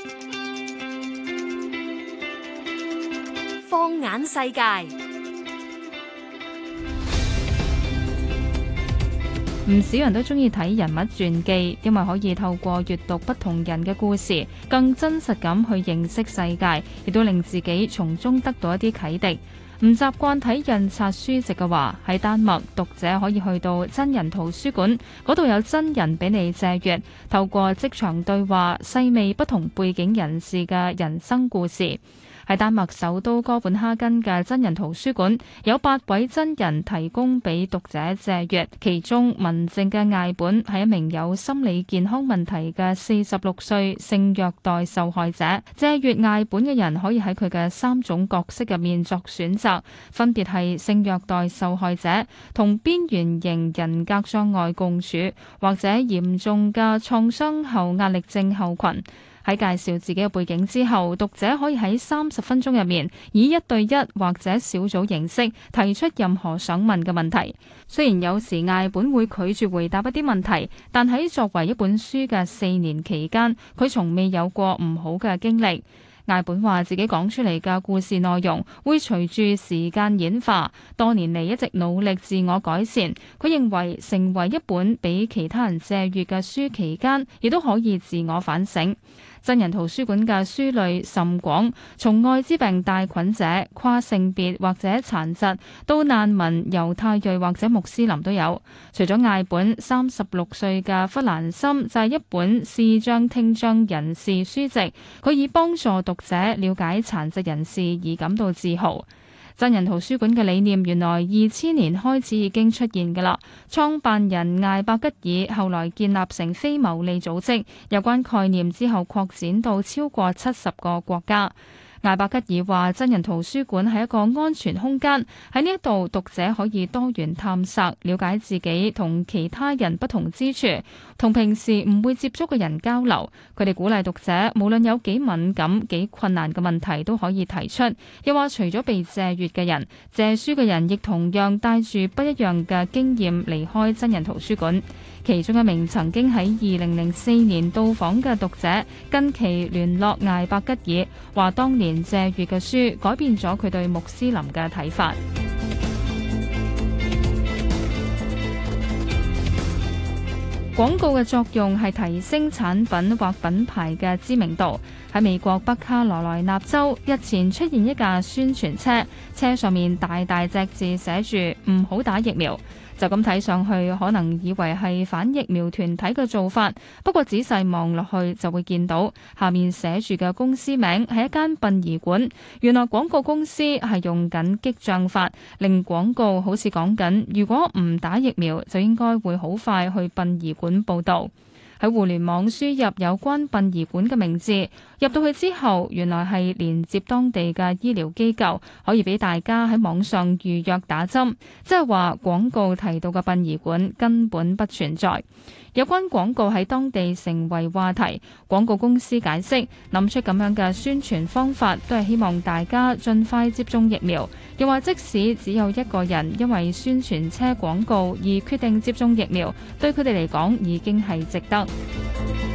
放眼世界。 唔少人都中意睇人物傳記，因為可以透過閱讀不同人嘅故事，更真實咁去認識世界，亦都令自己從中得到一啲啟迪。唔習慣睇印刷書籍嘅話，喺丹麥讀者可以去到真人圖書館，嗰度有真人俾你借閱，透過即場對話，細味不同背景人士嘅人生故事。喺丹麥首都哥本哈根嘅真人圖書館，有8位真人提供俾讀者借閱，其中文靜嘅艾本係一名有心理健康問題嘅46歲性虐待受害者。借閱艾本嘅人可以喺佢嘅3種角色入面作選擇，分別係性虐待受害者、同邊緣型人格障礙共處，或者嚴重嘅創傷後壓力症候群。喺介紹自己嘅背景之後，讀者可以喺30分鐘入面以1對1或者小組形式提出任何想問嘅問題。雖然有時艾本會拒絕回答一啲問題，但喺作為一本書嘅4年期間，佢從未有過唔好嘅經歷。艾本話自己講出嚟嘅故事內容會隨住時間演化，多年嚟一直努力自我改善。佢認為成為一本俾其他人借閱嘅書期間，亦都可以自我反省。真人圖書館嘅書類甚廣，從愛滋病帶菌者、跨性別或者殘疾，到難民、猶太裔或者穆斯林都有。除咗艾本，36歲嘅弗蘭森就係一本視障聽障人士書籍，佢以幫助讀者了解殘疾人士而感到自豪。真人圖書館嘅理念原來2000年開始已經出現㗎啦。創辦人艾伯吉爾後來建立成非牟利組織，有關概念之後擴展到超過70個國家。艾伯吉爾話：真人圖書館係一個安全空間，喺呢一度讀者可以多元探索，了解自己同其他人不同之處，同平時唔會接觸嘅人交流。佢哋鼓勵讀者，無論有幾敏感、幾困難嘅問題都可以提出。又話除咗被借閱嘅人，借書嘅人亦同樣帶住不一樣嘅經驗離開真人圖書館。其中一名曾經喺2004年到訪嘅讀者，近期聯絡艾伯吉爾，話當年借閱嘅書改變咗佢對穆斯林嘅睇法。廣告嘅作用係提升產品或品牌嘅知名度。喺美國北卡羅來納州，日前出現一架宣傳車，車上面大大隻字寫住唔好打疫苗。就咁睇上去，可能以為係反疫苗團體嘅做法，不過仔細望落去就會見到下面寫住嘅公司名係一間殯儀館。原來廣告公司係用緊激將法，令廣告好似講緊如果唔打疫苗就應該會好快去殯儀館報到。喺互聯網輸入有關殯儀館嘅名字，入到去之後，原來係連接當地嘅醫療機構，可以俾大家喺網上預約打針，即係話廣告提到嘅殯儀館根本不存在。有關廣告喺當地成為話題，廣告公司解釋諗出咁樣嘅宣傳方法，都係希望大家盡快接種疫苗。又話即使只有一個人因為宣傳車廣告而決定接種疫苗，對佢哋嚟講已經係值得。